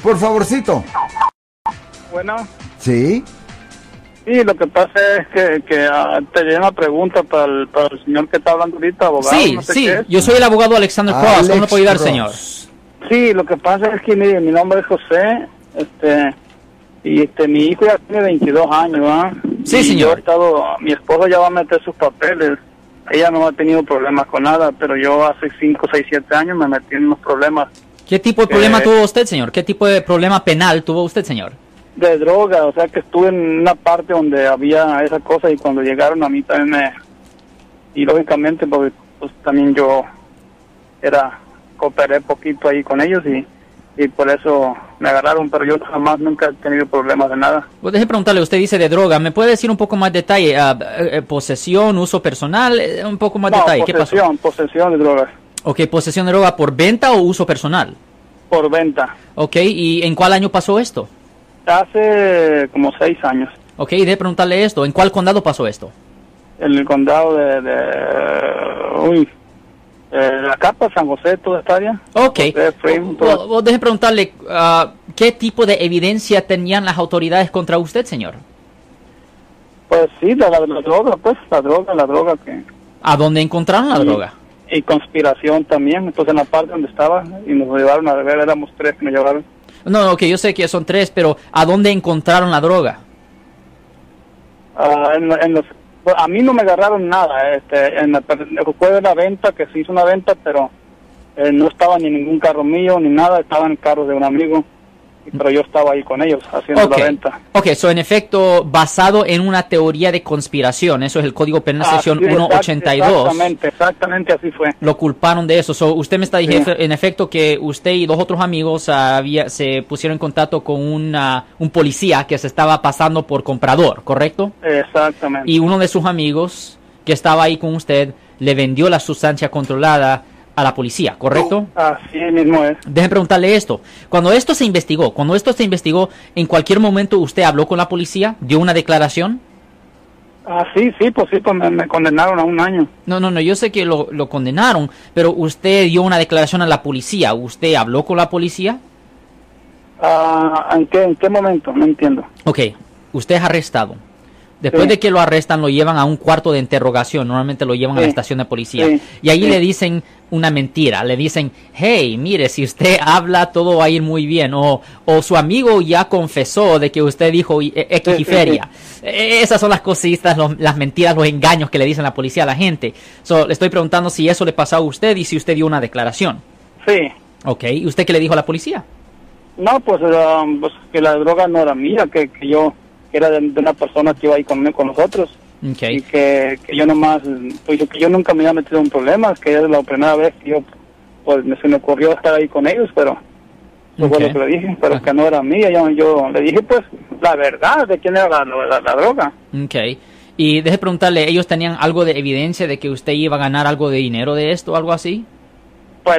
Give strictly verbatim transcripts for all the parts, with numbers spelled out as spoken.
por favorcito. Bueno. Sí. Sí, lo que pasa es que, que uh, te llevo una pregunta para el, para el señor que está hablando ahorita, abogado. Sí, no sé sí, qué es. yo soy el abogado Alexander Cross. Alex ¿Cómo le puedo ayudar, Cross. señor? Sí, lo que pasa es que mire, mi nombre es José, este, y este, mi hijo ya tiene veintidós años, ¿verdad? Sí, y señor. Yo he estado, mi esposo ya va a meter sus papeles. Ella no ha tenido problemas con nada, pero yo hace cinco, seis, siete años me metí en unos problemas ¿Qué tipo de problema Eh, tuvo usted, señor? ¿Qué tipo de problema penal tuvo usted, señor? de droga, o sea que estuve en una parte donde había esa cosa y cuando llegaron a mí también me... Y lógicamente, porque pues también yo era, cooperé poquito ahí con ellos y, y por eso me agarraron, pero yo jamás nunca he tenido problemas de nada. Pues deje preguntarle, usted dice de droga, ¿me puede decir un poco más detalle? Ah, eh, posesión, uso personal, eh, un poco más No, detalle. ¿Qué pasó? posesión, posesión de drogas, Ok, posesión de droga por venta o uso personal. por venta. Ok, ¿y en cuál año pasó esto? Hace como seis años, Ok, deje preguntarle esto, ¿en cuál condado pasó esto? en el condado de... de uy, eh, la Capa, San José, toda esta área. Ok, José, Frame, todo. o, o deje preguntarle, ah, ¿qué tipo de evidencia tenían las autoridades contra usted, señor? Pues sí, la, la, la droga, pues, la droga, la droga que... ¿A dónde encontraron la y, droga? Y conspiración también, entonces en la parte donde estaba, y nos llevaron a ver, éramos tres que nos llevaron. No, ok, yo sé que son tres, pero ¿a dónde encontraron la droga? Ah, en, en los, pues, a mí no me agarraron nada, este, en la, fue de la venta, que se hizo una venta, pero eh, no estaba ni en ningún carro mío, ni nada, estaba en el carro de un amigo, pero yo estaba ahí con ellos, haciendo Ok, la venta. ok, so en efecto, basado en una teoría de conspiración, eso es el Código Penal sección Así, ciento exact- ochenta y dos. Exactamente, exactamente así fue. Lo culparon de eso. So, usted me está diciendo, Sí. en efecto, que usted y dos otros amigos ah, había, se pusieron en contacto con una, un policía que se estaba pasando por comprador, ¿correcto? Exactamente. Y uno de sus amigos que estaba ahí con usted le vendió la sustancia controlada a la policía, ¿correcto? Así mismo es. Déjeme preguntarle esto. Cuando esto se investigó, cuando esto se investigó, ¿en cualquier momento usted habló con la policía? ¿Dio una declaración? Ah, sí, sí, pues sí, pues me, me condenaron a un año. No, no, no, yo sé que lo, lo condenaron, pero usted dio una declaración a la policía. ¿Usted habló con la policía? Ah, ¿en qué, en qué momento? No entiendo. Ok, usted es arrestado. Después Sí. de que lo arrestan, lo llevan a un cuarto de interrogación. Normalmente lo llevan a la Sí. estación de policía. Sí. Y ahí Sí. le dicen una mentira. Le dicen, hey, mire, si usted habla, todo va a ir muy bien. O, o su amigo ya confesó de que usted dijo y- e- X Sí, y sí, feria. E- Esas son las cositas, los- las mentiras, los engaños que le dicen la policía a la gente. So, le estoy preguntando si eso le pasó a usted y si usted dio una declaración. Sí. Ok, ¿y usted qué le dijo a la policía? No, pues, ah, pues que la droga no era mía, que, que yo que era de, de una persona que iba ahí con, con nosotros. Ok. Y que, que yo nomás, pues que yo nunca me había metido en problemas, que era la primera vez que yo, pues me, se me ocurrió estar ahí con ellos, pero eso fue Ok. lo que le dije, pero Ah. que no era mía. Yo, yo le dije, pues, la verdad de quién era la, la, la droga. Ok. Y deje preguntarle, ¿ellos tenían algo de evidencia de que usted iba a ganar algo de dinero de esto o algo así? Pues,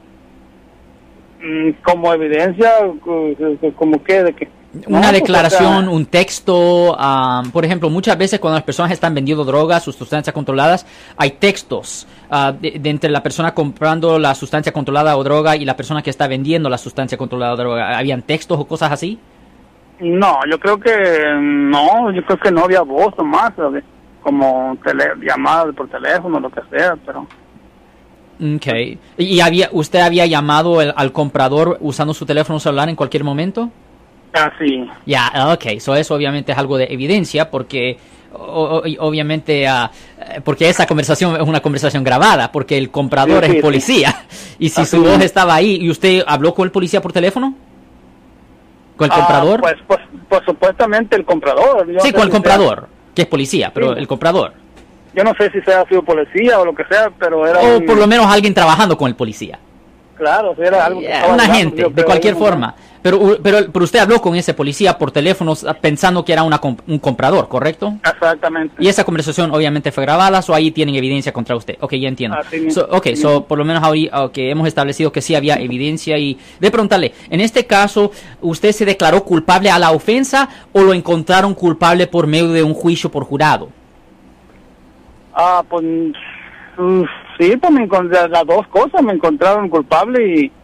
mm, como evidencia, eh, como que, de que... Una no, pues, declaración, o sea, un texto, ah, por ejemplo, muchas veces cuando las personas están vendiendo drogas, sus sustancias controladas, hay textos ah, de, de entre la persona comprando la sustancia controlada o droga y la persona que está vendiendo la sustancia controlada o droga. ¿Habían textos o cosas así? no, yo creo que no, yo creo que no había voz nomás, ¿sabe? Como tele, llamadas por teléfono, lo que sea, pero... Okay. ¿Y había, usted había llamado el- al comprador usando su teléfono celular en cualquier momento? Ah, sí. Ya, ok, so eso obviamente es algo de evidencia porque o- o- obviamente ah, eh, porque esa conversación es una conversación grabada porque el comprador Sí, sí, es sí. policía y si Así su voz es. estaba ahí y usted habló con el policía por teléfono, con el Ah, comprador, pues, pues, pues supuestamente el comprador. Yo no sí, sé con el si comprador, que es policía, pero Sí. el comprador sea- yo no sé si sea sido policía o lo que sea, pero era o un- por lo menos alguien trabajando con el policía. Claro, si era algo que Yeah, estaba una hablando, gente, yo de creo, cualquier ¿no? forma. Pero, u- pero, pero usted habló con ese policía por teléfono pensando que era una comp- un comprador, ¿correcto? Exactamente. Y esa conversación obviamente fue grabada, o ahí tienen evidencia contra usted. Ok, ya entiendo. Así mismo. So, ok, so por lo menos ahorita okay, hemos establecido que sí había evidencia y de preguntarle, en este caso, ¿usted se declaró culpable a la ofensa o lo encontraron culpable por medio de un juicio por jurado? Ah, pues, uf, sí, pues me encontré, las dos cosas me encontraron culpable y,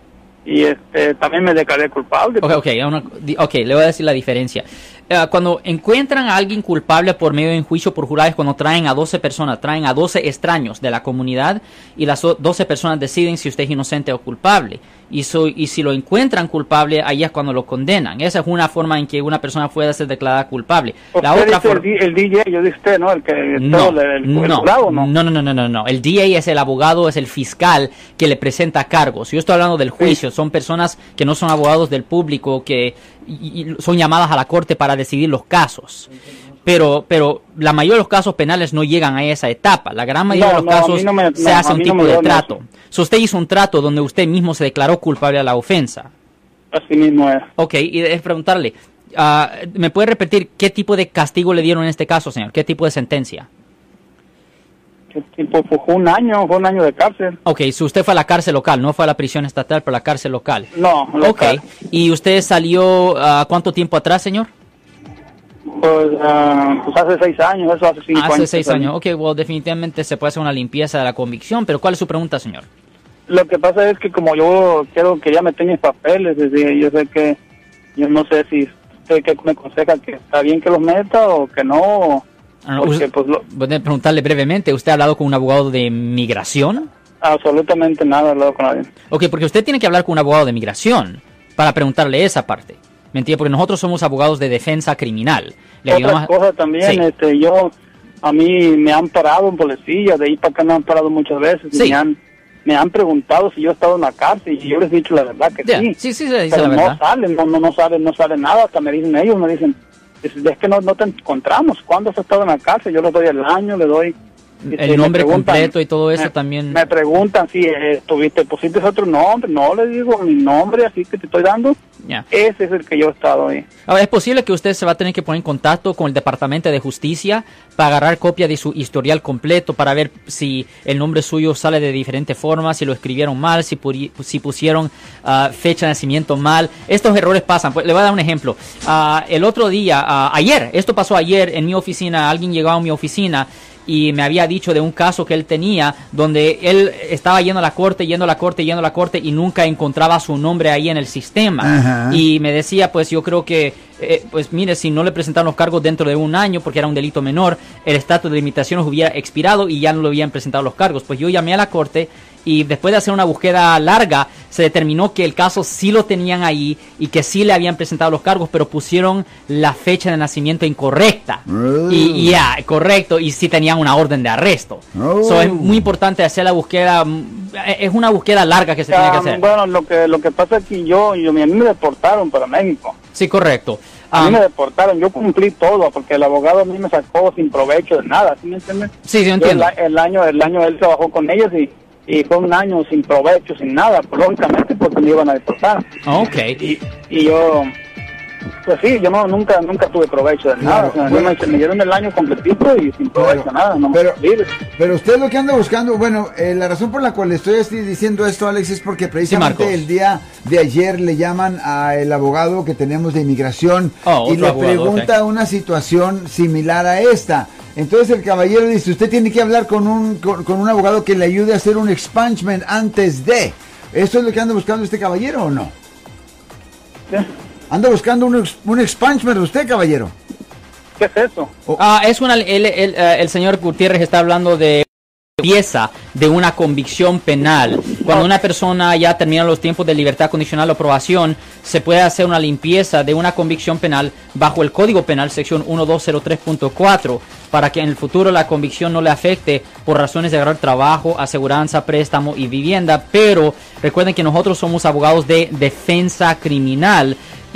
y este también me declaré culpable. Ok, okay, una, okay le voy a decir la diferencia. Uh, cuando encuentran a alguien culpable por medio de un juicio por jurado es cuando traen a doce personas, traen a doce extraños de la comunidad y las doce personas deciden si usted es inocente o culpable. Y, so, y si lo encuentran culpable, ahí es cuando lo condenan. Esa es una forma en que una persona puede ser declarada culpable. La usted otra dice forma... el, el D J, yo dije usted, ¿no? El que no, todo el, el, no, el jurado, ¿no? no, no, no, no, no, no. El D A es el abogado, es el fiscal que le presenta cargos. Yo estoy hablando del juicio. Sí. Son personas que no son abogados del público, que y, y son llamadas a la corte para decidir los casos. Pero, pero la mayoría de los casos penales no llegan a esa etapa. La gran mayoría no, de los no, casos no me, se no, hace un tipo no de trato. So, usted hizo un trato donde usted mismo se declaró culpable a la ofensa. Así mismo es. Ok, y es preguntarle, uh, ¿me puede repetir qué tipo de castigo le dieron en este caso, señor? ¿Qué tipo de sentencia? ¿Qué tipo? Pues fue un año, fue un año de cárcel. Ok, so usted fue a la cárcel local, no fue a la prisión estatal, pero a la cárcel local. No, local. Ok, ¿y usted salió uh, cuánto tiempo atrás, señor? Pues, uh, pues hace seis años, eso hace cinco hace años. Hace seis años, ok, well, definitivamente se puede hacer una limpieza de la convicción, pero ¿cuál es su pregunta, señor? Lo que pasa es que como yo quiero que ya me tenga mis papeles, es decir, yo sé que, yo no sé si usted que me aconseja que está bien que los meta o que no, ah, porque usted, pues lo... Voy a preguntarle brevemente, ¿usted ha hablado con un abogado de migración? Absolutamente nada he hablado con nadie. Ok, porque usted tiene que hablar con un abogado de migración para preguntarle esa parte. ¿Me entiende? Porque nosotros somos abogados de defensa criminal. Le Otra a... cosa también, sí. este, yo, a mí me han parado en policía, de ahí para acá me han parado muchas veces, sí. y me han, me han preguntado si yo he estado en la cárcel, y yo les he dicho la verdad que yeah. sí. Sí, sí, se dice pero la no verdad. sale, no, no, no sale, no sale nada, hasta me dicen ellos, me dicen, es, es que no, no te encontramos, ¿cuándo has estado en la cárcel? Yo les doy el año, le doy... El este, nombre completo y todo eso me, también. Me preguntan si eh, tuviste, pusiste otro nombre. No, le digo mi nombre, así que te estoy dando. Yeah. Ese es el que yo he estado ahí. Ahora, es posible que usted se va a tener que poner en contacto con el Departamento de Justicia para agarrar copia de su historial completo, para ver si el nombre suyo sale de diferentes formas, si lo escribieron mal, si, puri, si pusieron uh, fecha de nacimiento mal. Estos errores pasan. Pues, le voy a dar un ejemplo. Uh, el otro día, uh, ayer, esto pasó ayer en mi oficina, alguien llegó a mi oficina y me había dicho de un caso que él tenía donde él estaba yendo a la corte, yendo a la corte, yendo a la corte y nunca encontraba su nombre ahí en el sistema. Ajá. Y me decía, pues yo creo que, eh, pues mire, si no le presentaron los cargos dentro de un año porque era un delito menor, el estatus de limitaciones hubiera expirado y ya no le habían presentado los cargos. Pues yo llamé a la corte y después de hacer una búsqueda larga se determinó que el caso sí lo tenían ahí y que sí le habían presentado los cargos, pero pusieron la fecha de nacimiento incorrecta. Oh. Y ya, yeah, correcto, y sí tenían una orden de arresto. Oh. So, es muy importante hacer la búsqueda, es una búsqueda larga que se um, tiene que hacer. Bueno, lo que lo que pasa es que yo, yo a mí me deportaron para México. Sí, correcto. A um, mí me deportaron, yo cumplí todo, porque el abogado a mí me sacó sin provecho de nada, ¿sí me entiendes? Sí, sí, entiendo. El, el año el año él trabajó con ellos y y fue un año sin provecho, sin nada, pues, lógicamente porque me iban a deportar. Ok. Y, y yo, pues sí, yo no nunca nunca tuve provecho de nada. Claro, o sea, bueno, me, me dieron el año completito y sin provecho claro, nada. No pero, pero usted lo que anda buscando, bueno, eh, la razón por la cual le estoy diciendo esto, Alex, es porque precisamente sí, el día de ayer le llaman al abogado que tenemos de inmigración oh, y le abogado, pregunta okay. una situación similar a esta. Entonces el caballero dice, usted tiene que hablar con un con, con un abogado que le ayude a hacer un expungement antes de. ¿Eso es lo que anda buscando este caballero o no? ¿Qué? ¿Anda buscando un, un expungement usted, caballero? ¿Qué es eso? Oh. Ah, es una, el, el, el, el señor Gutiérrez está hablando de pieza de una convicción penal. Cuando una persona ya termina los tiempos de libertad condicional o aprobación, se puede hacer una limpieza de una convicción penal bajo el Código Penal, sección doce cero tres punto cuatro, para que en el futuro la convicción no le afecte por razones de agarrar trabajo, aseguranza, préstamo y vivienda. Pero recuerden que nosotros somos abogados de defensa criminal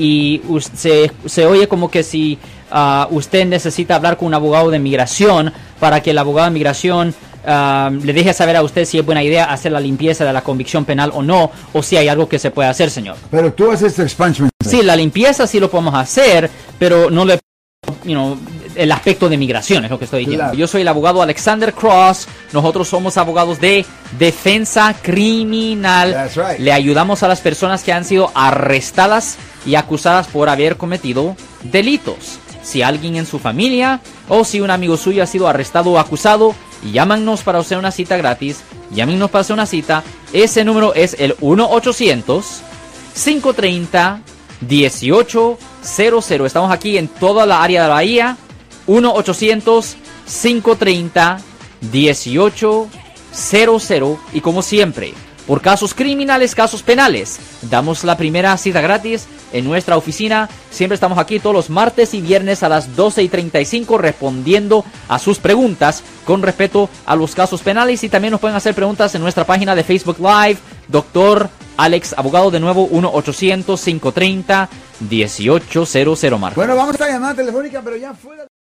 y se, se oye como que si uh, usted necesita hablar con un abogado de migración para que el abogado de migración Uh, le deje saber a usted si es buena idea hacer la limpieza de la convicción penal o no, o si hay algo que se puede hacer, señor. Pero tú haces este expungement. Sí, la limpieza sí lo podemos hacer, pero no le, you know, el aspecto de migración es lo que estoy diciendo. Claro. Yo soy el abogado Alexander Cross, nosotros somos abogados de defensa criminal. That's right. Le ayudamos a las personas que han sido arrestadas y acusadas por haber cometido delitos. Si alguien en su familia o si un amigo suyo ha sido arrestado o acusado, llámanos para hacer una cita gratis. Llámenos para hacer una cita. Ese número es el uno ochocientos, cinco tres cero, uno ocho cero cero. Estamos aquí en toda la área de la Bahía. uno ochocientos, cinco treinta, dieciocho cero cero. Y como siempre, por casos criminales, casos penales, damos la primera cita gratis en nuestra oficina. Siempre estamos aquí todos los martes y viernes a las doce y treinta y cinco respondiendo a sus preguntas con respecto a los casos penales. Y también nos pueden hacer preguntas en nuestra página de Facebook Live, Doctor Alex Abogado, de nuevo uno ochocientos, cinco treinta, dieciocho cero cero, Marcos. Bueno, vamos a la llamada telefónica, pero ya fuera.